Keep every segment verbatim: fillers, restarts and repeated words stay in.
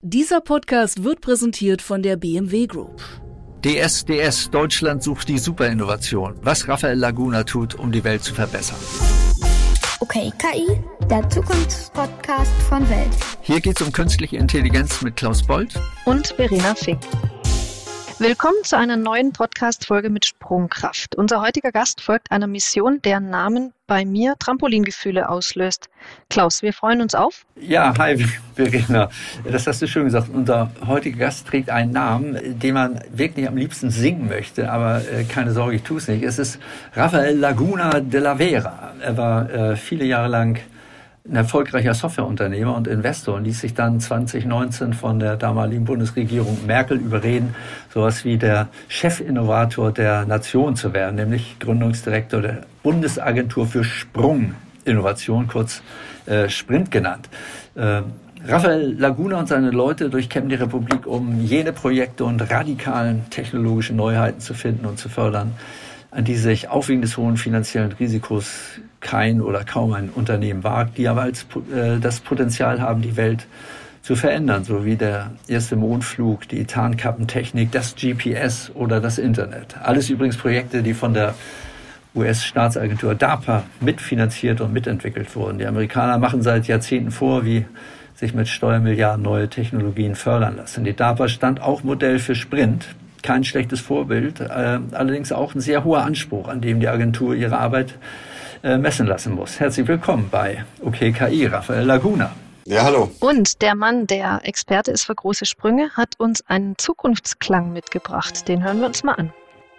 Dieser Podcast wird präsentiert von der B M W Group. D S D S, Deutschland sucht die Superinnovation. Was Raphael Laguna tut, um die Welt zu verbessern. Okay, K I, der Zukunftspodcast von Welt. Hier geht's um künstliche Intelligenz mit Klaus Bold und Verena Fink. Willkommen zu einer neuen Podcast-Folge mit Sprungkraft. Unser heutiger Gast folgt einer Mission, deren Namen bei mir Trampolingefühle auslöst. Klaus, wir freuen uns auf. Ja, hi Verena. Das hast du schön gesagt. Unser heutiger Gast trägt einen Namen, den man wirklich am liebsten singen möchte, aber äh, keine Sorge, ich tue es nicht. Es ist Raphael Laguna de la Vera. Er war äh, viele Jahre lang ein erfolgreicher Softwareunternehmer und Investor und ließ sich dann zwanzig neunzehn von der damaligen Bundesregierung Merkel überreden, sowas wie der Chefinnovator der Nation zu werden, nämlich Gründungsdirektor der Bundesagentur für Sprunginnovation, kurz äh, Sprint genannt. Äh, Raphael Laguna und seine Leute durchkämmen die Republik, um jene Projekte und radikalen technologischen Neuheiten zu finden und zu fördern, an die sich auch wegen des hohen finanziellen Risikos kein oder kaum ein Unternehmen wagt, die aber als, äh, das Potenzial haben, die Welt zu verändern, so wie der erste Mondflug, die Tarnkappentechnik, das G P S oder das Internet. Alles übrigens Projekte, die von der U S-Staatsagentur DARPA mitfinanziert und mitentwickelt wurden. Die Amerikaner machen seit Jahrzehnten vor, wie sich mit Steuermilliarden neue Technologien fördern lassen. Die DARPA stand auch Modell für Sprint. Kein schlechtes Vorbild, äh, allerdings auch ein sehr hoher Anspruch, an dem die Agentur ihre Arbeit äh, messen lassen muss. Herzlich willkommen bei Okay K I, Raphael Laguna. Ja, hallo. Und der Mann, der Experte ist für große Sprünge, hat uns einen Zukunftsklang mitgebracht. Den hören wir uns mal an.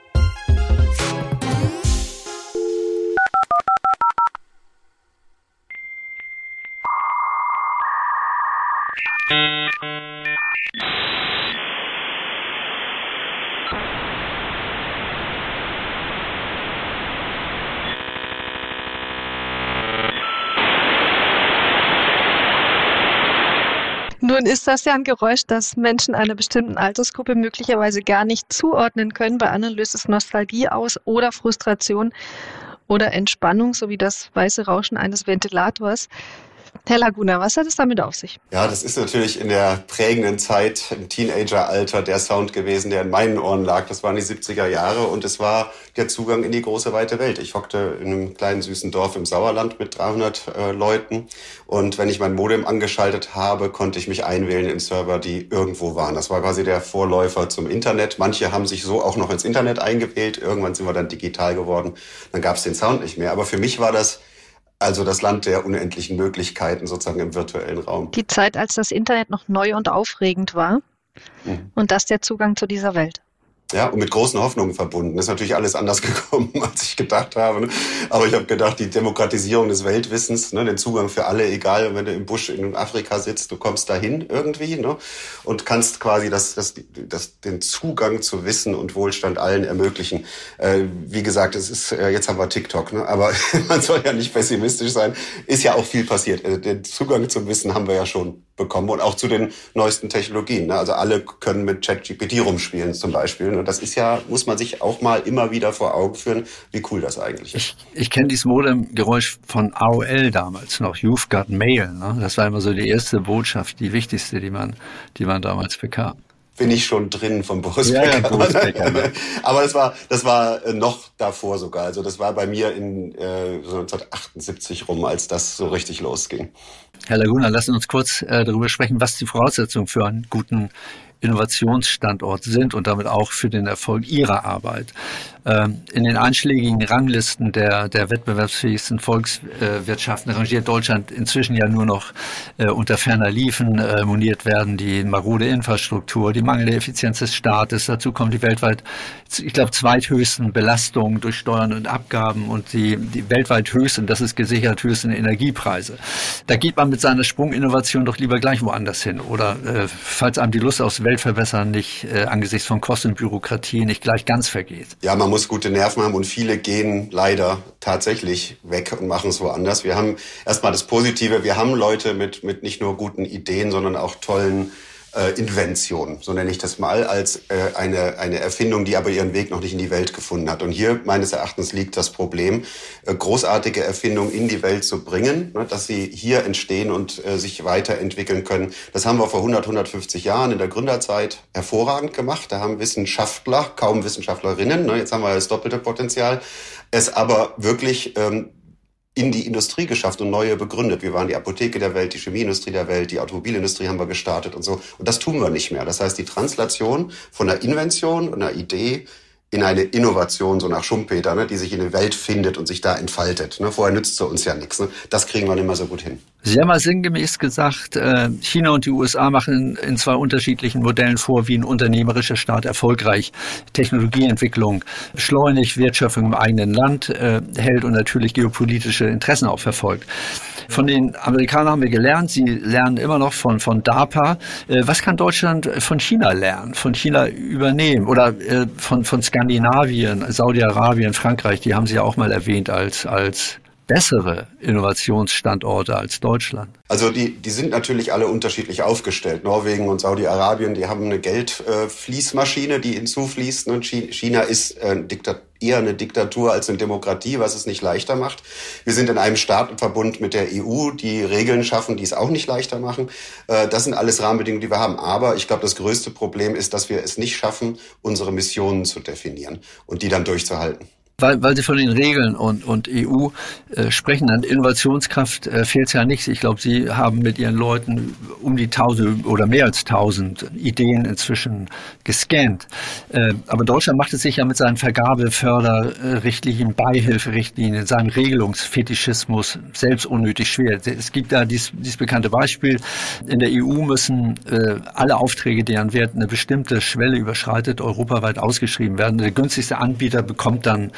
Nun ist das ja ein Geräusch, das Menschen einer bestimmten Altersgruppe möglicherweise gar nicht zuordnen können. Bei anderen löst es Nostalgie aus oder Frustration oder Entspannung, sowie das weiße Rauschen eines Ventilators. Herr Laguna, was hat es damit auf sich? Ja, das ist natürlich in der prägenden Zeit, im Teenageralter, der Sound gewesen, der in meinen Ohren lag. Das waren die siebziger Jahre und es war der Zugang in die große, weite Welt. Ich hockte in einem kleinen, süßen Dorf im Sauerland mit dreihundert äh, Leuten und wenn ich mein Modem angeschaltet habe, konnte ich mich einwählen in Server, die irgendwo waren. Das war quasi der Vorläufer zum Internet. Manche haben sich so auch noch ins Internet eingewählt. Irgendwann sind wir dann digital geworden. Dann gab es den Sound nicht mehr. Aber für mich war das also das Land der unendlichen Möglichkeiten sozusagen im virtuellen Raum. Die Zeit, als das Internet noch neu und aufregend war mhm. und das der Zugang zu dieser Welt. Ja, und mit großen Hoffnungen verbunden. Ist natürlich alles anders gekommen, als ich gedacht habe. Ne? Aber ich habe gedacht, die Demokratisierung des Weltwissens, ne, den Zugang für alle, egal, wenn du im Busch in Afrika sitzt, du kommst dahin irgendwie, ne, und kannst quasi das, das, das, den Zugang zu Wissen und Wohlstand allen ermöglichen. Äh, wie gesagt, es ist äh, jetzt haben wir TikTok, ne, aber man soll ja nicht pessimistisch sein. Ist ja auch viel passiert. Äh, den Zugang zum Wissen haben wir ja schon bekommen und auch zu den neuesten Technologien. Ne? Also alle können mit ChatGPT rumspielen zum Beispiel. Und das ist ja, muss man sich auch mal immer wieder vor Augen führen, wie cool das eigentlich ist. Ich, ich kenne dieses Modem-Geräusch von A O L damals noch, You've Got Mail. Ne? Das war immer so die erste Botschaft, die wichtigste, die man, die man damals bekam. Bin ich schon drin vom Boris Becker. Ja, ja, Boris Becker, ne? Aber das war, das war noch davor sogar. Also das war bei mir in äh, so neunzehnhundertachtundsiebzig rum, als das so richtig losging. Herr Laguna, lassen Sie uns kurz äh, darüber sprechen, was die Voraussetzungen für einen guten Innovationsstandort sind und damit auch für den Erfolg Ihrer Arbeit. Ähm, in den einschlägigen Ranglisten der, der wettbewerbsfähigsten Volkswirtschaften rangiert Deutschland inzwischen ja nur noch äh, unter ferner Liefen. Äh, moniert werden die marode Infrastruktur, die mangelnde Effizienz des Staates. Dazu kommen die weltweit, ich glaube, zweithöchsten Belastungen durch Steuern und Abgaben und die, die weltweit höchsten, das ist gesichert, höchsten Energiepreise. Da geht man mit seiner Sprunginnovation doch lieber gleich woanders hin. Oder äh, falls einem die Lust aufs Weltverbessern nicht äh, angesichts von Kosten und Bürokratie nicht gleich ganz vergeht. Ja, man muss gute Nerven haben und viele gehen leider tatsächlich weg und machen es woanders. Wir haben erstmal das Positive, wir haben Leute mit mit nicht nur guten Ideen, sondern auch tollen äh, Invention, so nenne ich das mal, als äh, eine, eine Erfindung, die aber ihren Weg noch nicht in die Welt gefunden hat. Und hier meines Erachtens liegt das Problem, äh, großartige Erfindungen in die Welt zu bringen, ne, dass sie hier entstehen und äh, sich weiterentwickeln können. Das haben wir vor hundert, hundertfünfzig Jahren in der Gründerzeit hervorragend gemacht. Da haben Wissenschaftler, kaum Wissenschaftlerinnen, ne, jetzt haben wir das doppelte Potenzial, es aber wirklich ähm, in die Industrie geschafft und neue begründet. Wir waren die Apotheke der Welt, die Chemieindustrie der Welt, die Automobilindustrie haben wir gestartet und so. Und das tun wir nicht mehr. Das heißt, die Translation von einer Invention und einer Idee in eine Innovation, so nach Schumpeter, ne, die sich in der Welt findet und sich da entfaltet. Ne. Vorher nützt sie uns ja nichts. Ne. Das kriegen wir nicht mehr so gut hin. Sie haben mal sinngemäß gesagt, China und die U S A machen in zwei unterschiedlichen Modellen vor, wie ein unternehmerischer Staat erfolgreich Technologieentwicklung beschleunigt, Wertschöpfung im eigenen Land äh, hält und natürlich geopolitische Interessen auch verfolgt. Von den Amerikanern haben wir gelernt, sie lernen immer noch von, von DARPA. Äh, was kann Deutschland von China lernen, von China übernehmen oder äh, von, von Skandinavien, Saudi-Arabien, Frankreich, die haben Sie ja auch mal erwähnt als, als bessere Innovationsstandorte als Deutschland? Also die, die sind natürlich alle unterschiedlich aufgestellt. Norwegen und Saudi-Arabien, die haben eine Geldfließmaschine, äh, die hinzufließt. Und China ist äh, Diktat- eher eine Diktatur als eine Demokratie, was es nicht leichter macht. Wir sind in einem Staatenverbund mit der E U, die Regeln schaffen, die es auch nicht leichter machen. Äh, das sind alles Rahmenbedingungen, die wir haben. Aber ich glaube, das größte Problem ist, dass wir es nicht schaffen, unsere Missionen zu definieren und die dann durchzuhalten. Weil, weil Sie von den Regeln und, und E U äh, sprechen, an Innovationskraft äh, fehlt es ja nichts. Ich glaube, Sie haben mit Ihren Leuten um die tausend oder mehr als tausend Ideen inzwischen gescannt. Äh, aber Deutschland macht es sich ja mit seinen Vergabeförderrichtlinien, Beihilferichtlinien, seinem Regelungsfetischismus selbst unnötig schwer. Es gibt da dieses, dieses bekannte Beispiel. In der E U müssen äh, alle Aufträge, deren Wert eine bestimmte Schwelle überschreitet, europaweit ausgeschrieben werden. Der günstigste Anbieter bekommt dann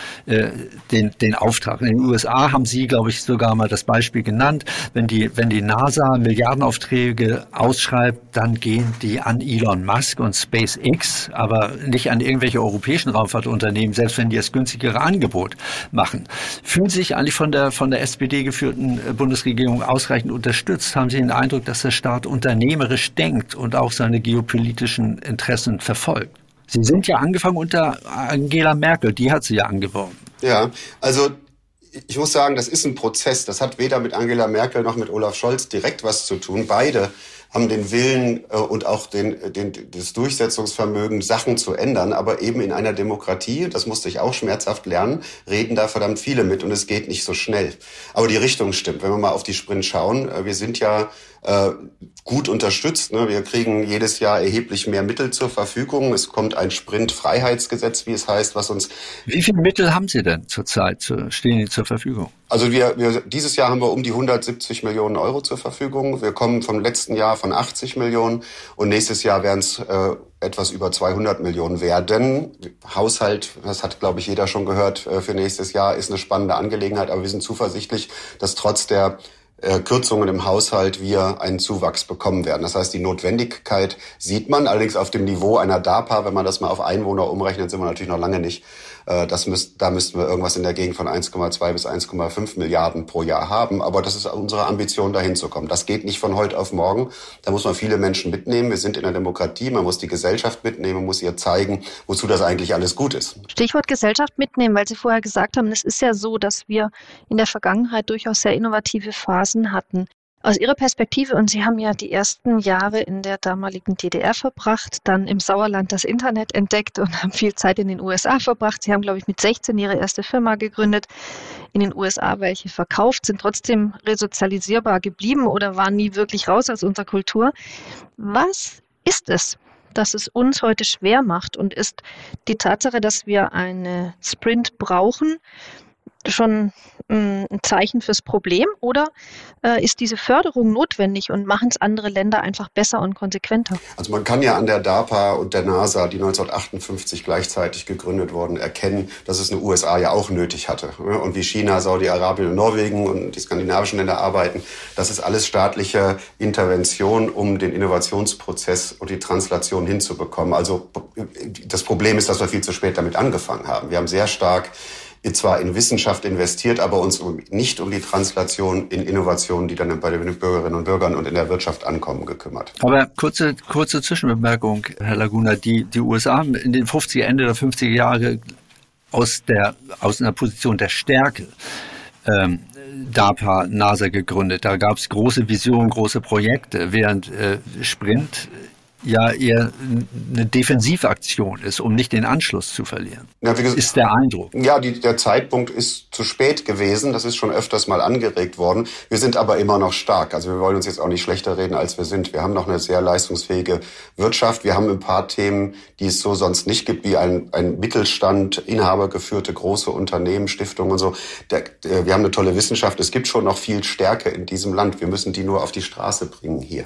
Den, den Auftrag. In den U S A haben Sie, glaube ich, sogar mal das Beispiel genannt. Wenn die, wenn die NASA Milliardenaufträge ausschreibt, dann gehen die an Elon Musk und SpaceX, aber nicht an irgendwelche europäischen Raumfahrtunternehmen, selbst wenn die das günstigere Angebot machen. Fühlen Sie sich eigentlich von der, von der S P D geführten Bundesregierung ausreichend unterstützt? Haben Sie den Eindruck, dass der Staat unternehmerisch denkt und auch seine geopolitischen Interessen verfolgt? Sie sind ja angefangen unter Angela Merkel, die hat Sie ja angeworben. Ja, also ich muss sagen, das ist ein Prozess. Das hat weder mit Angela Merkel noch mit Olaf Scholz direkt was zu tun. Beide haben den Willen äh, und auch den, den, das Durchsetzungsvermögen, Sachen zu ändern. Aber eben in einer Demokratie, das musste ich auch schmerzhaft lernen, reden da verdammt viele mit und es geht nicht so schnell. Aber die Richtung stimmt. Wenn wir mal auf die Sprint schauen, äh, wir sind ja äh, gut unterstützt. Ne? Wir kriegen jedes Jahr erheblich mehr Mittel zur Verfügung. Es kommt ein Sprint-Freiheitsgesetz, wie es heißt, was uns... Wie viele Mittel haben Sie denn zurzeit, zu, stehen die zur Verfügung? Also wir, wir dieses Jahr haben wir um die hundertsiebzig Millionen Euro zur Verfügung. Wir kommen vom letzten Jahr von achtzig Millionen und nächstes Jahr werden es äh, etwas über zweihundert Millionen werden. Haushalt, das hat, glaube ich, jeder schon gehört, äh, für nächstes Jahr ist eine spannende Angelegenheit, aber wir sind zuversichtlich, dass trotz der äh, Kürzungen im Haushalt wir einen Zuwachs bekommen werden. Das heißt, die Notwendigkeit sieht man, allerdings auf dem Niveau einer DARPA, wenn man das mal auf Einwohner umrechnet, sind wir natürlich noch lange nicht. Das müsst, da müssten wir irgendwas in der Gegend von eins Komma zwei bis eins Komma fünf Milliarden pro Jahr haben. Aber das ist unsere Ambition, dahin zu kommen. Das geht nicht von heute auf morgen. Da muss man viele Menschen mitnehmen. Wir sind in einer Demokratie. Man muss die Gesellschaft mitnehmen. Man muss ihr zeigen, wozu das eigentlich alles gut ist. Stichwort Gesellschaft mitnehmen, weil Sie vorher gesagt haben, es ist ja so, dass wir in der Vergangenheit durchaus sehr innovative Phasen hatten. Aus Ihrer Perspektive, und Sie haben ja die ersten Jahre in der damaligen D D R verbracht, dann im Sauerland das Internet entdeckt und haben viel Zeit in den U S A verbracht. Sie haben, glaube ich, mit sechzehn Ihre erste Firma gegründet, in den U S A welche verkauft, sind trotzdem resozialisierbar geblieben oder waren nie wirklich raus aus unserer Kultur. Was ist es, das es uns heute schwer macht? Und ist die Tatsache, dass wir eine Sprint brauchen, schon ein Zeichen fürs Problem oder äh, ist diese Förderung notwendig und machen es andere Länder einfach besser und konsequenter? Also man kann ja an der DARPA und der NASA, die neunzehnhundertachtundfünfzig gleichzeitig gegründet wurden, erkennen, dass es eine U S A ja auch nötig hatte. Und wie China, Saudi-Arabien und Norwegen und die skandinavischen Länder arbeiten, das ist alles staatliche Intervention, um den Innovationsprozess und die Translation hinzubekommen. Also das Problem ist, dass wir viel zu spät damit angefangen haben. Wir haben sehr stark zwar in Wissenschaft investiert, aber uns nicht um die Translation in Innovationen, die dann bei den Bürgerinnen und Bürgern und in der Wirtschaft ankommen, gekümmert. Aber kurze, kurze Zwischenbemerkung, Herr Laguna, die, die U S A haben in den fünfziger, Ende der fünfziger Jahre aus der, aus einer Position der Stärke ähm, DARPA, NASA gegründet. Da gab es große Visionen, große Projekte, während äh, Sprint ja eher eine Defensivaktion ist, um nicht den Anschluss zu verlieren. Ja, wie gesagt, ist der Eindruck. Ja, die, der Zeitpunkt ist zu spät gewesen. Das ist schon öfters mal angeregt worden. Wir sind aber immer noch stark. Also wir wollen uns jetzt auch nicht schlechter reden, als wir sind. Wir haben noch eine sehr leistungsfähige Wirtschaft. Wir haben ein paar Themen, die es so sonst nicht gibt, wie ein, ein Mittelstand, inhabergeführte große Unternehmen, Stiftungen und so. Der, der, wir haben eine tolle Wissenschaft. Es gibt schon noch viel Stärke in diesem Land. Wir müssen die nur auf die Straße bringen hier.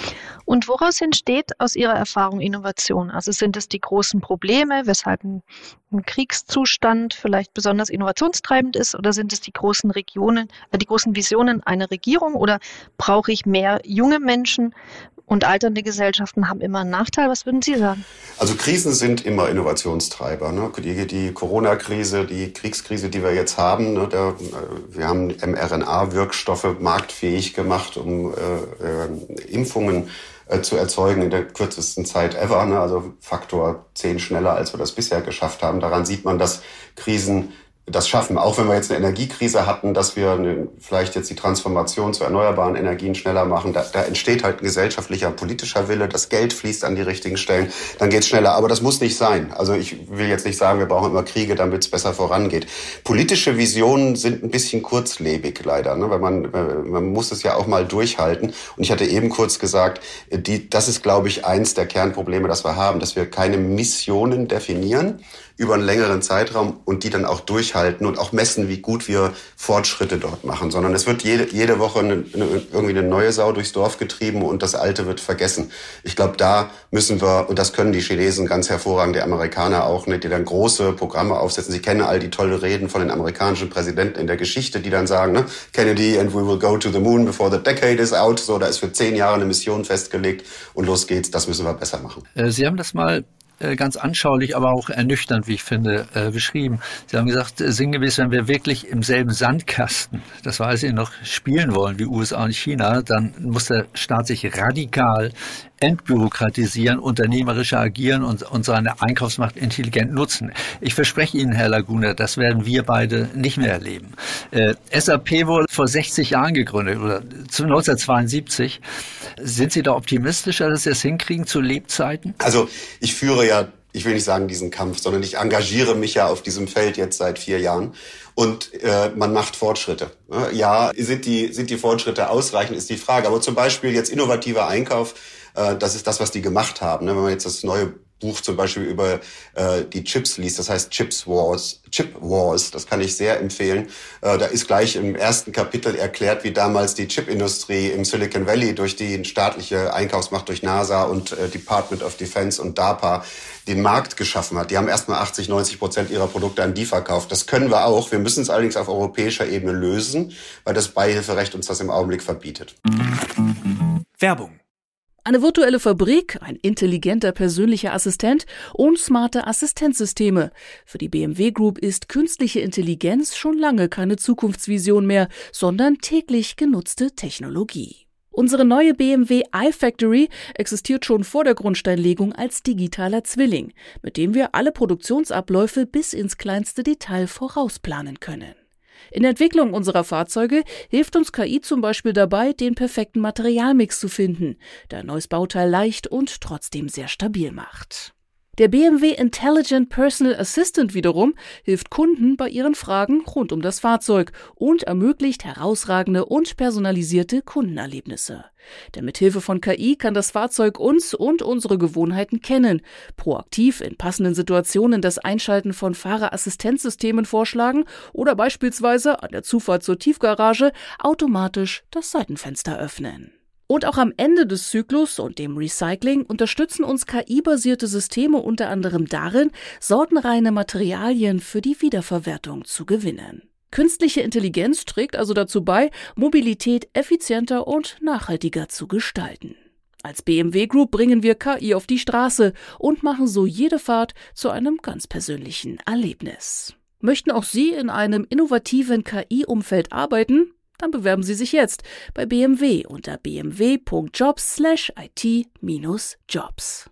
Und woraus entsteht aus Ihrer Erfahrung Innovation? Also sind es die großen Probleme, weshalb ein, ein Kriegszustand vielleicht besonders innovationstreibend ist, oder sind es die großen Regionen, äh, die großen Visionen einer Regierung, oder brauche ich mehr junge Menschen? Und alternde Gesellschaften haben immer einen Nachteil. Was würden Sie sagen? Also Krisen sind immer Innovationstreiber. Ne? Die, die Corona-Krise, die Kriegskrise, die wir jetzt haben, ne? Der, wir haben mRNA-Wirkstoffe marktfähig gemacht, um äh, äh, Impfungen äh, zu erzeugen in der kürzesten Zeit ever. Ne? Also Faktor zehn schneller, als wir das bisher geschafft haben. Daran sieht man, dass Krisen das schaffen. Auch wenn wir jetzt eine Energiekrise hatten, dass wir eine, vielleicht jetzt die Transformation zu erneuerbaren Energien schneller machen. Da, da entsteht halt ein gesellschaftlicher, politischer Wille. Das Geld fließt an die richtigen Stellen. Dann geht's schneller. Aber das muss nicht sein. Also ich will jetzt nicht sagen, wir brauchen immer Kriege, damit es besser vorangeht. Politische Visionen sind ein bisschen kurzlebig leider, ne? Weil man, man muss es ja auch mal durchhalten. Und ich hatte eben kurz gesagt, die, das ist, glaube ich, eins der Kernprobleme, das wir haben, dass wir keine Missionen definieren über einen längeren Zeitraum und die dann auch durchhalten und auch messen, wie gut wir Fortschritte dort machen, sondern es wird jede, jede Woche eine, eine, irgendwie eine neue Sau durchs Dorf getrieben und das Alte wird vergessen. Ich glaube, da müssen wir, und das können die Chinesen ganz hervorragend, die Amerikaner auch, ne, die dann große Programme aufsetzen. Sie kennen all die tollen Reden von den amerikanischen Präsidenten in der Geschichte, die dann sagen, ne, Kennedy and we will go to the moon before the decade is out. So, da ist für zehn Jahre eine Mission festgelegt und los geht's. Das müssen wir besser machen. Sie haben das mal ganz anschaulich, aber auch ernüchternd, wie ich finde, äh, beschrieben. Sie haben gesagt, sinngemäß, wenn wir wirklich im selben Sandkasten, das weiß ich noch, spielen wollen wie U S A und China, dann muss der Staat sich radikal entbürokratisieren, unternehmerischer agieren und, und seine Einkaufsmacht intelligent nutzen. Ich verspreche Ihnen, Herr Laguna, das werden wir beide nicht mehr erleben. Äh, S A P wurde vor sechzig Jahren gegründet, oder neunzehnhundertzweiundsiebzig. Sind Sie da optimistischer, dass Sie es hinkriegen zu Lebzeiten? Also ich führe ja, ich will nicht sagen diesen Kampf, sondern ich engagiere mich ja auf diesem Feld jetzt seit vier Jahren. Und äh, man macht Fortschritte. Ja, sind die, sind die Fortschritte ausreichend, ist die Frage. Aber zum Beispiel jetzt innovativer Einkauf, äh, das ist das, was die gemacht haben. Wenn man jetzt das neue Buch zum Beispiel über äh, die Chips liest, das heißt Chips Wars, Chip Wars, das kann ich sehr empfehlen. Äh, da ist gleich im ersten Kapitel erklärt, wie damals die Chipindustrie im Silicon Valley durch die staatliche Einkaufsmacht durch NASA und äh, Department of Defense und DARPA den Markt geschaffen hat. Die haben erstmal achtzig, neunzig Prozent ihrer Produkte an die verkauft. Das können wir auch. Wir müssen es allerdings auf europäischer Ebene lösen, weil das Beihilferecht uns das im Augenblick verbietet. Werbung. Eine virtuelle Fabrik, ein intelligenter persönlicher Assistent und smarte Assistenzsysteme. Für die B M W Group ist künstliche Intelligenz schon lange keine Zukunftsvision mehr, sondern täglich genutzte Technologie. Unsere neue B M W iFactory existiert schon vor der Grundsteinlegung als digitaler Zwilling, mit dem wir alle Produktionsabläufe bis ins kleinste Detail vorausplanen können. In der Entwicklung unserer Fahrzeuge hilft uns K I zum Beispiel dabei, den perfekten Materialmix zu finden, der ein neues Bauteil leicht und trotzdem sehr stabil macht. Der B M W Intelligent Personal Assistant wiederum hilft Kunden bei ihren Fragen rund um das Fahrzeug und ermöglicht herausragende und personalisierte Kundenerlebnisse. Denn mit Hilfe von K I kann das Fahrzeug uns und unsere Gewohnheiten kennen, proaktiv in passenden Situationen das Einschalten von Fahrerassistenzsystemen vorschlagen oder beispielsweise an der Zufahrt zur Tiefgarage automatisch das Seitenfenster öffnen. Und auch am Ende des Zyklus und dem Recycling unterstützen uns K I-basierte Systeme unter anderem darin, sortenreine Materialien für die Wiederverwertung zu gewinnen. Künstliche Intelligenz trägt also dazu bei, Mobilität effizienter und nachhaltiger zu gestalten. Als B M W Group bringen wir K I auf die Straße und machen so jede Fahrt zu einem ganz persönlichen Erlebnis. Möchten auch Sie in einem innovativen K I-Umfeld arbeiten? Dann bewerben Sie sich jetzt bei B M W unter b m w punkt jobs slash i t dash jobs.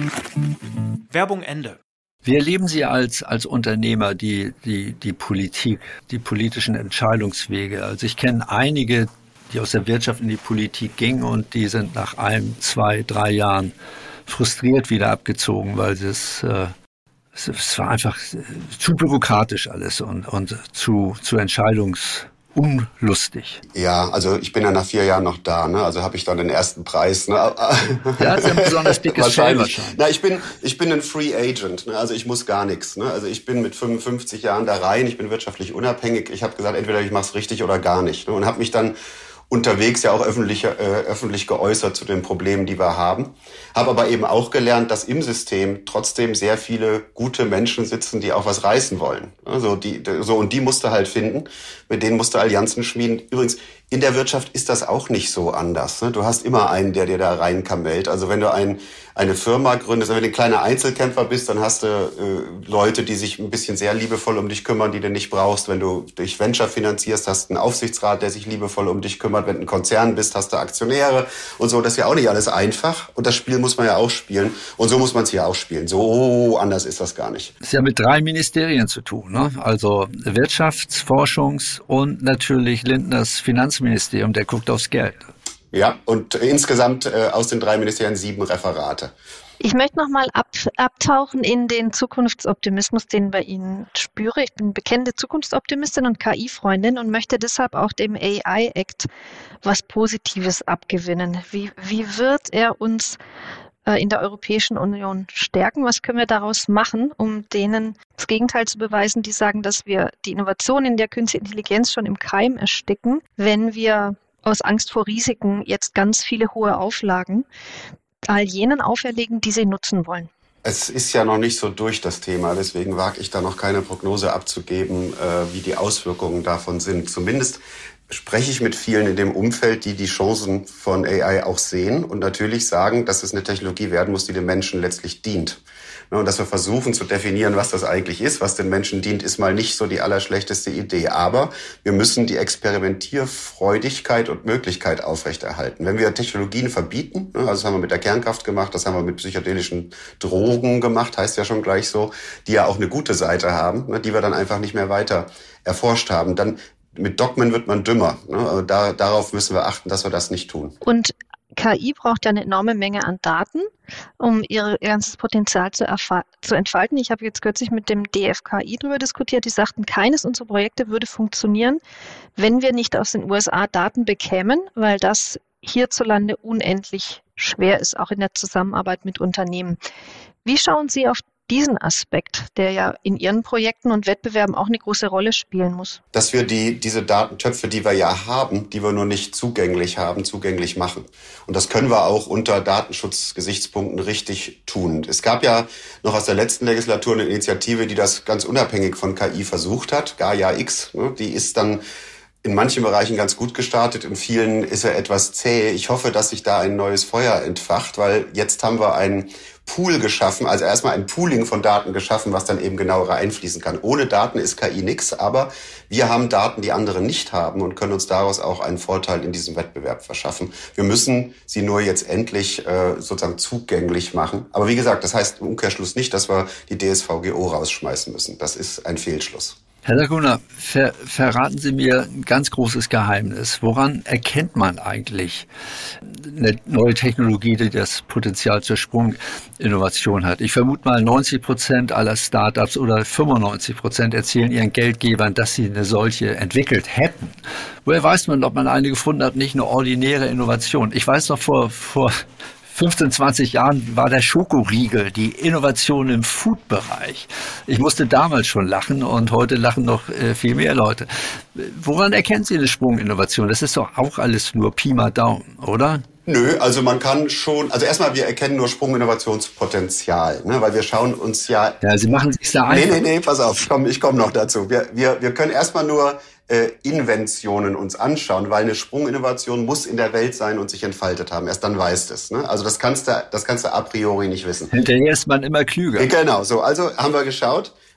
Werbung Ende. Wie erleben Sie als, als Unternehmer die, die, die Politik, die politischen Entscheidungswege? Also ich kenne einige, die aus der Wirtschaft in die Politik gingen und die sind nach einem, zwei, drei Jahren frustriert wieder abgezogen, weil sie es, äh, es, es war einfach zu bürokratisch alles und, und zu, zu entscheidungs unlustig. Ja, also ich bin ja nach vier Jahren noch da, ne? Also habe ich dann den ersten Preis. Ne? Ja, das ist ein besonders dickes Fell wahrscheinlich. Na, ich bin ich bin ein Free Agent, ne? Also ich muss gar nichts. Ne? Also ich bin mit fünfundfünfzig Jahren da rein, ich bin wirtschaftlich unabhängig. Ich habe gesagt, entweder ich mache es richtig oder gar nicht. Ne? Und habe mich dann unterwegs ja auch öffentlich, äh, öffentlich geäußert zu den Problemen, die wir haben. Habe aber eben auch gelernt, dass im System trotzdem sehr viele gute Menschen sitzen, die auch was reißen wollen. Also die, so, und die musst du halt finden, mit denen musst du Allianzen schmieden. Übrigens, in der Wirtschaft ist das auch nicht so anders. Ne? Du hast immer einen, der dir da reinkammellt. Also wenn du ein, eine Firma gründest, wenn du ein kleiner Einzelkämpfer bist, dann hast du äh, Leute, die sich ein bisschen sehr liebevoll um dich kümmern, die du nicht brauchst. Wenn du durch Venture finanzierst, hast du einen Aufsichtsrat, der sich liebevoll um dich kümmert. Wenn du ein Konzern bist, hast du Aktionäre und so. Das ist ja auch nicht alles einfach. Und das Spiel muss man ja auch spielen. Und so muss man es hier auch spielen. So anders ist das gar nicht. Das ist ja mit drei Ministerien zu tun, ne? Also Wirtschafts-, Forschungs- und natürlich Lindners Finanzministerium, der guckt aufs Geld. Ja, und insgesamt äh, aus den drei Ministerien sieben Referate. Ich möchte nochmal ab, abtauchen in den Zukunftsoptimismus, den bei Ihnen spüre. Ich bin bekennende Zukunftsoptimistin und K I-Freundin und möchte deshalb auch dem A I-Act was Positives abgewinnen. Wie, wie wird er uns äh, in der Europäischen Union stärken? Was können wir daraus machen, um denen das Gegenteil zu beweisen, die sagen, dass wir die Innovation in der künstlichen Intelligenz schon im Keim ersticken, wenn wir aus Angst vor Risiken jetzt ganz viele hohe Auflagen all jenen auferlegen, die sie nutzen wollen? Es ist ja noch nicht so durch das Thema, deswegen wage ich da noch keine Prognose abzugeben, äh, wie die Auswirkungen davon sind. Zumindest spreche ich mit vielen in dem Umfeld, die die Chancen von A I auch sehen und natürlich sagen, dass es eine Technologie werden muss, die dem Menschen letztlich dient. Und dass wir versuchen zu definieren, was das eigentlich ist, was den Menschen dient, ist mal nicht so die allerschlechteste Idee. Aber wir müssen die Experimentierfreudigkeit und Möglichkeit aufrechterhalten. Wenn wir Technologien verbieten, also das haben wir mit der Kernkraft gemacht, das haben wir mit psychedelischen Drogen gemacht, heißt ja schon gleich so, die ja auch eine gute Seite haben, die wir dann einfach nicht mehr weiter erforscht haben, dann mit Dogmen wird man dümmer. Da, darauf müssen wir achten, dass wir das nicht tun. Und K I braucht ja eine enorme Menge an Daten, um ihr ganzes Potenzial zu, erfa- zu entfalten. Ich habe jetzt kürzlich mit dem D F K I darüber diskutiert. Die sagten, keines unserer Projekte würde funktionieren, wenn wir nicht aus den U S A Daten bekämen, weil das hierzulande unendlich schwer ist, auch in der Zusammenarbeit mit Unternehmen. Wie schauen Sie auf diesen Aspekt, der ja in Ihren Projekten und Wettbewerben auch eine große Rolle spielen muss? Dass wir die, diese Datentöpfe, die wir ja haben, die wir nur nicht zugänglich haben, zugänglich machen. Und das können wir auch unter Datenschutzgesichtspunkten richtig tun. Es gab ja noch aus der letzten Legislatur eine Initiative, die das ganz unabhängig von K I versucht hat, Gaia X. Die ist dann in manchen Bereichen ganz gut gestartet, in vielen ist er etwas zäh. Ich hoffe, dass sich da ein neues Feuer entfacht, weil jetzt haben wir einen Pool geschaffen, also erstmal ein Pooling von Daten geschaffen, was dann eben genauer einfließen kann. Ohne Daten ist K I nix, aber wir haben Daten, die andere nicht haben und können uns daraus auch einen Vorteil in diesem Wettbewerb verschaffen. Wir müssen sie nur jetzt endlich äh, sozusagen zugänglich machen. Aber wie gesagt, das heißt im Umkehrschluss nicht, dass wir die D S V G O rausschmeißen müssen. Das ist ein Fehlschluss. Herr Laguna, ver, verraten Sie mir ein ganz großes Geheimnis. Woran erkennt man eigentlich eine neue Technologie, die das Potenzial zur Sprunginnovation hat? Ich vermute mal, neunzig Prozent aller Startups oder fünfundneunzig Prozent erzählen ihren Geldgebern, dass sie eine solche entwickelt hätten. Woher weiß man, ob man eine gefunden hat, nicht eine ordinäre Innovation? Ich weiß noch, vor, vor fünfzehn, zwanzig Jahren war der Schokoriegel die Innovation im Food-Bereich. Ich musste damals schon lachen und heute lachen noch äh, viel mehr Leute. Woran erkennen Sie eine Sprunginnovation? Das ist doch auch alles nur Pi mal Daumen, oder? Nö, also man kann schon, also erstmal, wir erkennen nur Sprunginnovationspotenzial, ne, weil wir schauen uns ja... Ja, Sie machen es sich da einfach. Nee, nee, nee, pass auf, ich komme ich komm noch dazu. Wir, wir, wir können erstmal nur äh, Inventionen uns anschauen, weil eine Sprunginnovation muss in der Welt sein und sich entfaltet haben. Erst dann weißt du es. Ne? Also das kannst du, das kannst du a priori nicht wissen. Hinterher ist man immer klüger. Genau, so, also haben wir geschaut.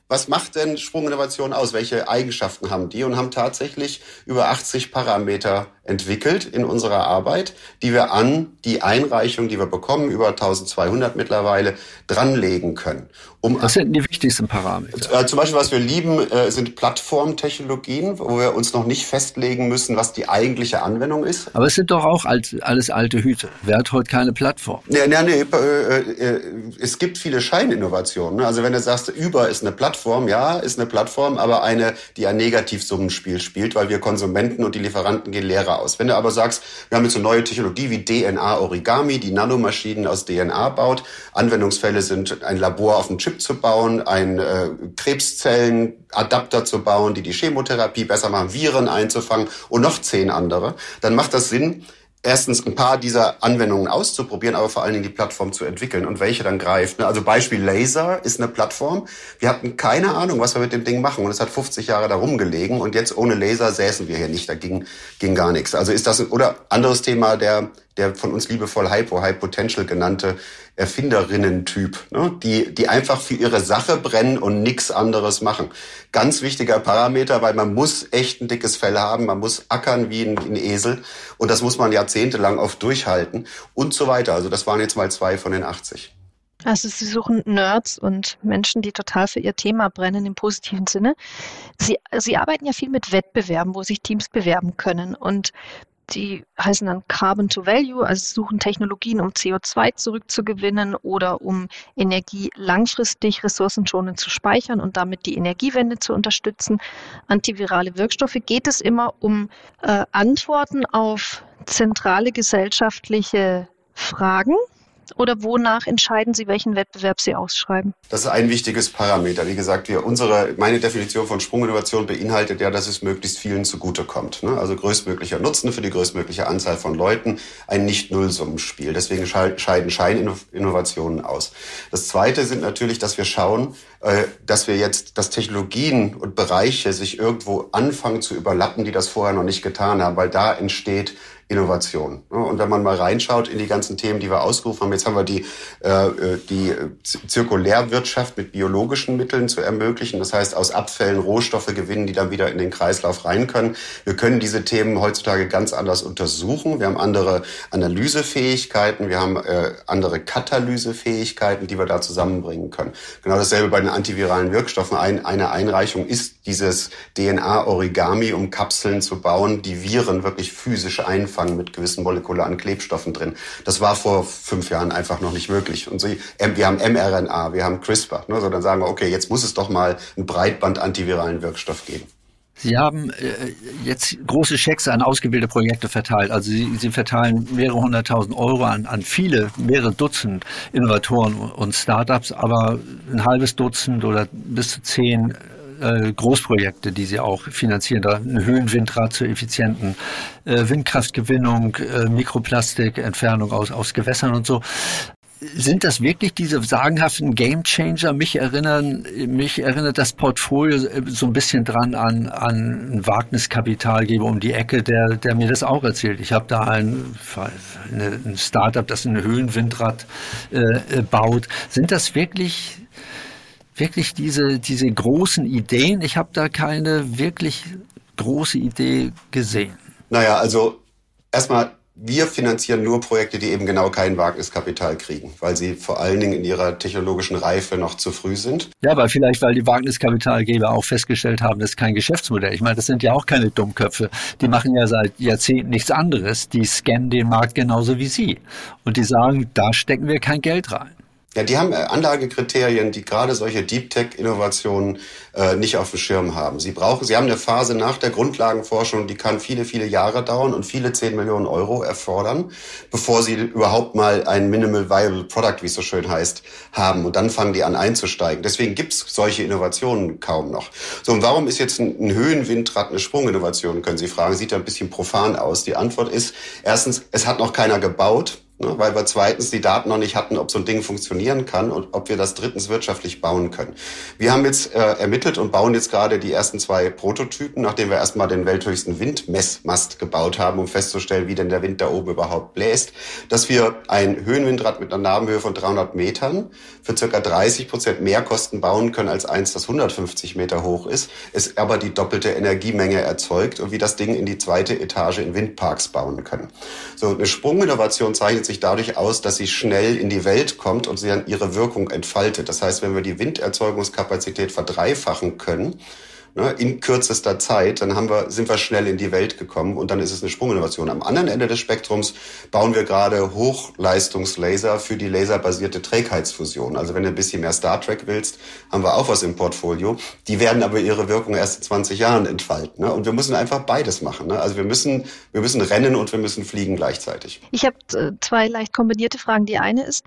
was macht denn Sprunginnovation aus? Welche Eigenschaften haben die? Und haben tatsächlich über achtzig Parameter entwickelt in unserer Arbeit, die wir an die Einreichung, die wir bekommen, über eintausendzweihundert mittlerweile, dranlegen können. Um das sind die wichtigsten Parameter. Äh, zum Beispiel, was wir lieben, äh, sind Plattformtechnologien, wo wir uns noch nicht festlegen müssen, was die eigentliche Anwendung ist. Aber es sind doch auch alt, alles alte Hüte. Wer hat heute keine Plattform? Nee, nee, nee, äh, äh, es gibt viele Scheininnovationen. Also wenn du sagst, Uber ist eine Plattform, ja, ist eine Plattform, aber eine, die ein Negativsummenspiel spielt, weil wir Konsumenten und die Lieferanten gehen leerer aus. Wenn du aber sagst, wir haben jetzt eine neue Technologie wie D N A-Origami, die Nanomaschinen aus D N A baut. Anwendungsfälle sind, ein Labor auf dem Chip zu bauen, ein äh, Krebszellenadapter zu bauen, die die Chemotherapie besser machen, Viren einzufangen und noch zehn andere. Dann macht das Sinn, erstens ein paar dieser Anwendungen auszuprobieren, aber vor allen Dingen die Plattform zu entwickeln und welche dann greift. Also Beispiel Laser ist eine Plattform. Wir hatten keine Ahnung, was wir mit dem Ding machen und es hat fünfzig Jahre da rumgelegen und jetzt ohne Laser säßen wir hier nicht, da ging, ging gar nichts. Also ist das, oder anderes Thema, der, der von uns liebevoll Hypo, High Potential genannte Erfinderinnen-Typ, ne? die, die einfach für ihre Sache brennen und nichts anderes machen. Ganz wichtiger Parameter, weil man muss echt ein dickes Fell haben, man muss ackern wie ein, wie ein Esel und das muss man jahrzehntelang oft durchhalten und so weiter. Also das waren jetzt mal zwei von den achtzig. Also Sie suchen Nerds und Menschen, die total für ihr Thema brennen im positiven Sinne. Sie, Sie arbeiten ja viel mit Wettbewerben, wo sich Teams bewerben können und die heißen dann Carbon to Value, also suchen Technologien, um C O zwei zurückzugewinnen oder um Energie langfristig ressourcenschonend zu speichern und damit die Energiewende zu unterstützen. Antivirale Wirkstoffe. Geht es immer um äh, Antworten auf zentrale gesellschaftliche Fragen? Oder wonach entscheiden Sie, welchen Wettbewerb Sie ausschreiben? Das ist ein wichtiges Parameter. Wie gesagt, wir, unsere, meine Definition von Sprunginnovation beinhaltet ja, dass es möglichst vielen zugutekommt. Ne? Also größtmöglicher Nutzen für die größtmögliche Anzahl von Leuten, ein Nicht-Nullsummenspiel. Deswegen scheiden Scheininnovationen aus. Das Zweite sind natürlich, dass wir schauen, äh, dass wir jetzt, dass Technologien und Bereiche sich irgendwo anfangen zu überlappen, die das vorher noch nicht getan haben, weil da entsteht Innovation. Und wenn man mal reinschaut in die ganzen Themen, die wir ausgerufen haben, jetzt haben wir die, äh, die Zirkulärwirtschaft mit biologischen Mitteln zu ermöglichen. Das heißt, aus Abfällen Rohstoffe gewinnen, die dann wieder in den Kreislauf rein können. Wir können diese Themen heutzutage ganz anders untersuchen. Wir haben andere Analysefähigkeiten, wir haben äh, andere Katalysefähigkeiten, die wir da zusammenbringen können. Genau dasselbe bei den antiviralen Wirkstoffen. Ein, eine Einreichung ist dieses D N A-Origami, um Kapseln zu bauen, die Viren wirklich physisch einfangen mit gewissen molekularen Klebstoffen drin. Das war vor fünf Jahren einfach noch nicht möglich. Und so, wir haben mRNA, wir haben CRISPR. Ne? So, dann sagen wir, okay, jetzt muss es doch mal einen Breitband-antiviralen Wirkstoff geben. Sie haben äh, jetzt große Schecks an ausgewählte Projekte verteilt. Also Sie, Sie verteilen mehrere hunderttausend Euro an, an viele, mehrere Dutzend Innovatoren und Startups, aber ein halbes Dutzend oder bis zu zehn äh, Großprojekte, die Sie auch finanzieren. Da ein Höhenwindrad zur effizienten äh, Windkraftgewinnung, äh, Mikroplastik, Entfernung aus, aus Gewässern und so. Sind das wirklich diese sagenhaften Gamechanger? Mich erinnern, mich erinnert das Portfolio so ein bisschen dran an, an einen Wagniskapitalgeber um die Ecke, der, der mir das auch erzählt. Ich habe da ein, ein Startup, das ein Höhenwindrad äh, baut. Sind das wirklich, wirklich diese, diese großen Ideen? Ich habe da keine wirklich große Idee gesehen. Naja, also erstmal, wir finanzieren nur Projekte, die eben genau kein Wagniskapital kriegen, weil sie vor allen Dingen in ihrer technologischen Reife noch zu früh sind. Ja, aber vielleicht, weil die Wagniskapitalgeber auch festgestellt haben, das ist kein Geschäftsmodell. Ich meine, das sind ja auch keine Dummköpfe. Die machen ja seit Jahrzehnten nichts anderes. Die scannen den Markt genauso wie Sie. Und die sagen, da stecken wir kein Geld rein. Ja, die haben Anlagekriterien, die gerade solche Deep-Tech-Innovationen äh, nicht auf dem Schirm haben. Sie brauchen, sie haben eine Phase nach der Grundlagenforschung, die kann viele, viele Jahre dauern und viele zehn Millionen Euro erfordern, bevor sie überhaupt mal ein Minimal Viable Product, wie es so schön heißt, haben. Und dann fangen die an einzusteigen. Deswegen gibt's solche Innovationen kaum noch. So, und warum ist jetzt ein, ein Höhenwindrad eine Sprunginnovation, können Sie fragen. Sieht ja ein bisschen profan aus. Die Antwort ist, erstens, es hat noch keiner gebaut. ne, weil wir zweitens die Daten noch nicht hatten, ob so ein Ding funktionieren kann und ob wir das drittens wirtschaftlich bauen können. Wir haben jetzt äh, ermittelt und bauen jetzt gerade die ersten zwei Prototypen, nachdem wir erstmal den welthöchsten Windmessmast gebaut haben, um festzustellen, wie denn der Wind da oben überhaupt bläst, dass wir ein Höhenwindrad mit einer Nabenhöhe von dreihundert Metern für circa dreißig Prozent mehr Kosten bauen können als eins, das hundertfünfzig Meter hoch ist, es aber die doppelte Energiemenge erzeugt und wie das Ding in die zweite Etage in Windparks bauen können. So, eine Sprunginnovation zeichnet sich dadurch aus, dass sie schnell in die Welt kommt und sie dann ihre Wirkung entfaltet. Das heißt, wenn wir die Winderzeugungskapazität verdreifachen können, ne, in kürzester Zeit, dann haben wir, sind wir schnell in die Welt gekommen und dann ist es eine Sprunginnovation. Am anderen Ende des Spektrums bauen wir gerade Hochleistungslaser für die laserbasierte Trägheitsfusion. Also wenn du ein bisschen mehr Star Trek willst, haben wir auch was im Portfolio. Die werden aber ihre Wirkung erst in zwanzig Jahren entfalten. Ne? Und wir müssen einfach beides machen. Ne? Also wir müssen, wir müssen rennen und wir müssen fliegen gleichzeitig. Ich habe äh, zwei leicht kombinierte Fragen. Die eine ist,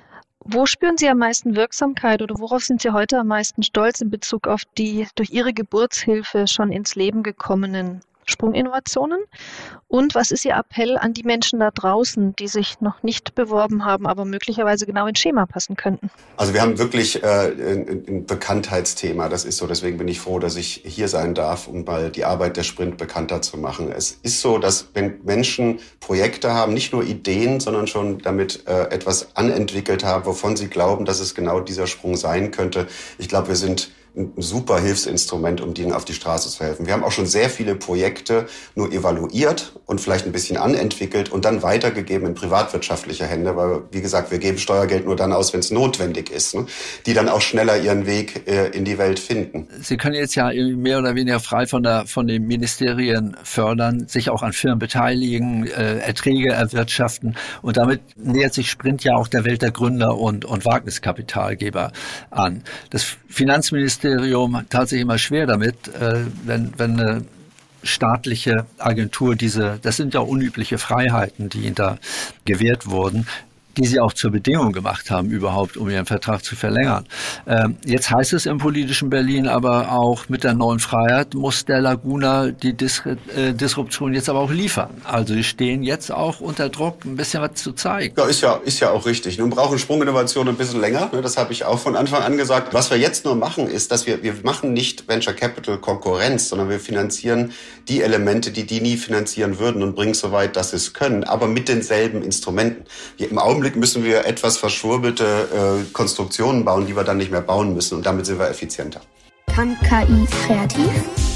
wo spüren Sie am meisten Wirksamkeit oder worauf sind Sie heute am meisten stolz in Bezug auf die durch Ihre Geburtshilfe schon ins Leben gekommenen Sprunginnovationen? Und was ist Ihr Appell an die Menschen da draußen, die sich noch nicht beworben haben, aber möglicherweise genau ins Schema passen könnten? Also wir haben wirklich äh, ein, ein Bekanntheitsthema, das ist so. Deswegen bin ich froh, dass ich hier sein darf, um mal die Arbeit der Sprint bekannter zu machen. Es ist so, dass wenn Menschen Projekte haben, nicht nur Ideen, sondern schon damit äh, etwas anentwickelt haben, wovon sie glauben, dass es genau dieser Sprung sein könnte. Ich glaube, wir sind ein super Hilfsinstrument, um denen auf die Straße zu helfen. Wir haben auch schon sehr viele Projekte nur evaluiert und vielleicht ein bisschen anentwickelt und dann weitergegeben in privatwirtschaftliche Hände, weil, wie gesagt, wir geben Steuergeld nur dann aus, wenn es notwendig ist, ne? Die dann auch schneller ihren Weg äh, in die Welt finden. Sie können jetzt ja mehr oder weniger frei von der von den Ministerien fördern, sich auch an Firmen beteiligen, äh, Erträge erwirtschaften und damit nähert sich Sprint ja auch der Welt der Gründer und, und Wagniskapitalgeber an. Das Finanzministerium tat sich immer schwer damit, äh, wenn, wenn eine staatliche Agentur diese, das sind ja unübliche Freiheiten, die ihnen da gewährt wurden, die sie auch zur Bedingung gemacht haben, überhaupt, um ihren Vertrag zu verlängern. Ähm, jetzt heißt es im politischen Berlin aber auch, mit der neuen Freiheit muss der Laguna die Dis- äh, Disruption jetzt aber auch liefern. Also sie stehen jetzt auch unter Druck, ein bisschen was zu zeigen. Ja, ist ja, ist ja auch richtig. Nun brauchen Sprunginnovationen ein bisschen länger. Das habe ich auch von Anfang an gesagt. Was wir jetzt nur machen, ist, dass wir, wir machen nicht Venture Capital Konkurrenz, sondern wir finanzieren die Elemente, die die nie finanzieren würden und bringen es so weit, dass sie es können, aber mit denselben Instrumenten. Wir, im Augenblick müssen wir etwas verschwurbelte äh, Konstruktionen bauen, die wir dann nicht mehr bauen müssen. Und damit sind wir effizienter. Kann K I kreativ?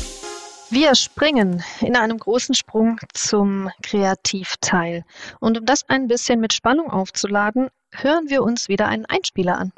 Wir springen in einem großen Sprung zum Kreativteil. Und um das ein bisschen mit Spannung aufzuladen, hören wir uns wieder einen Einspieler an.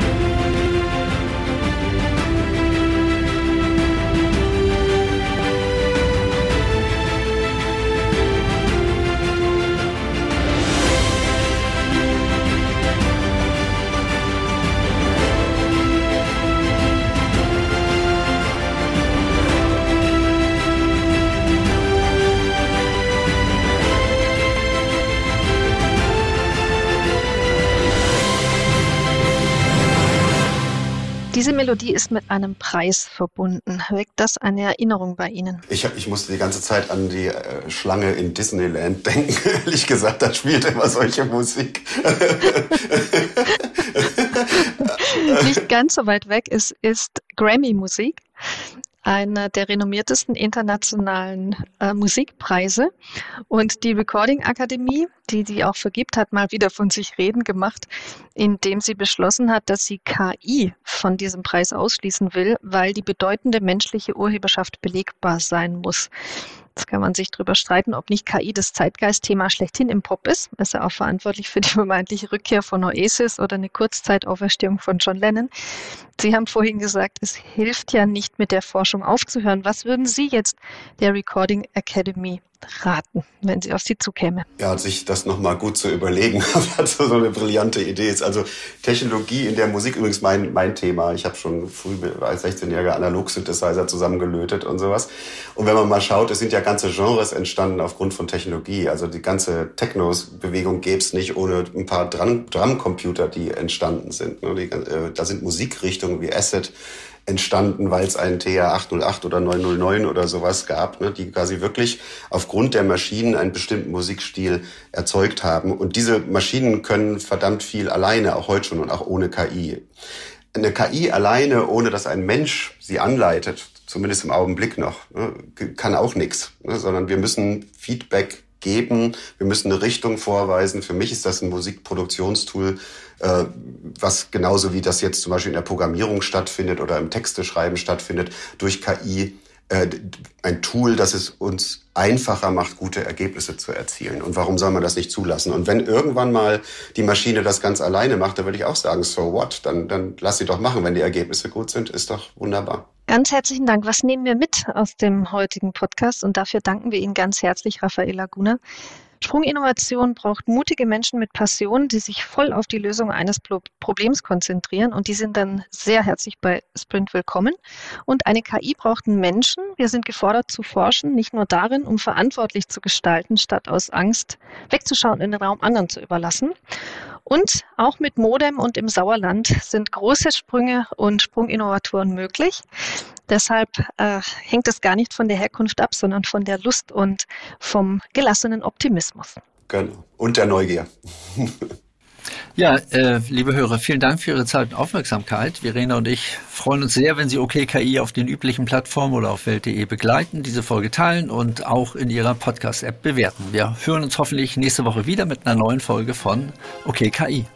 Diese Melodie ist mit einem Preis verbunden. Weckt das eine Erinnerung bei Ihnen? Ich, ich musste die ganze Zeit an die äh, Schlange in Disneyland denken. Ehrlich gesagt, da spielt immer solche Musik. Nicht ganz so weit weg ist, ist Grammy-Musik, einer der renommiertesten internationalen äh, Musikpreise. Und die Recording Akademie, die die auch vergibt, hat mal wieder von sich reden gemacht, indem sie beschlossen hat, dass sie K I von diesem Preis ausschließen will, weil die bedeutende menschliche Urheberschaft belegbar sein muss. Jetzt kann man sich darüber streiten, ob nicht K I das Zeitgeistthema schlechthin im Pop ist. Ist ja auch verantwortlich für die vermeintliche Rückkehr von Oasis oder eine Kurzzeitauferstehung von John Lennon. Sie haben vorhin gesagt, es hilft ja nicht, mit der Forschung aufzuhören. Was würden Sie jetzt der Recording Academy raten, wenn sie auf Sie zukäme? Ja, sich das nochmal gut zu überlegen, was so eine brillante Idee ist. Also Technologie in der Musik übrigens mein, mein Thema. Ich habe schon früh als sechzehnjähriger Analog-Synthesizer zusammengelötet und sowas. Und wenn man mal schaut, es sind ja ganze Genres entstanden aufgrund von Technologie. Also die ganze Techno-Bewegung gäbe es nicht ohne ein paar Drum- Drumcomputer, die entstanden sind. Da sind Musikrichtungen wie Acid entstanden, weil es einen T R acht null acht oder neun null neun oder sowas gab, ne, die quasi wirklich aufgrund der Maschinen einen bestimmten Musikstil erzeugt haben. Und diese Maschinen können verdammt viel alleine, auch heute schon und auch ohne K I. Eine K I alleine, ohne dass ein Mensch sie anleitet, zumindest im Augenblick noch, ne, kann auch nichts, ne, sondern wir müssen Feedback geben, wir müssen eine Richtung vorweisen. Für mich ist das ein Musikproduktionstool, äh, was genauso wie das jetzt zum Beispiel in der Programmierung stattfindet oder im Texteschreiben stattfindet, durch K I äh, ein Tool, das es uns einfacher macht, gute Ergebnisse zu erzielen. Und warum soll man das nicht zulassen? Und wenn irgendwann mal die Maschine das ganz alleine macht, dann würde ich auch sagen, so what? Dann, dann lass sie doch machen. Wenn die Ergebnisse gut sind, ist doch wunderbar. Ganz herzlichen Dank. Was nehmen wir mit aus dem heutigen Podcast? Und dafür danken wir Ihnen ganz herzlich, Raphael Laguna. Sprunginnovation braucht mutige Menschen mit Passion, die sich voll auf die Lösung eines Problems konzentrieren, und die sind dann sehr herzlich bei Sprint willkommen. Und eine K I braucht einen Menschen. Wir sind gefordert zu forschen, nicht nur darin, um verantwortlich zu gestalten, statt aus Angst wegzuschauen und den Raum anderen zu überlassen. Und auch mit Modem und im Sauerland sind große Sprünge und Sprunginnovatoren möglich. Deshalb äh, hängt es gar nicht von der Herkunft ab, sondern von der Lust und vom gelassenen Optimismus. Genau. Und der Neugier. Ja, äh, liebe Hörer, vielen Dank für Ihre Zeit und Aufmerksamkeit. Verena und ich freuen uns sehr, wenn Sie OK K I auf den üblichen Plattformen oder auf welt punkt de begleiten, diese Folge teilen und auch in Ihrer Podcast-App bewerten. Wir hören uns hoffentlich nächste Woche wieder mit einer neuen Folge von OK K I.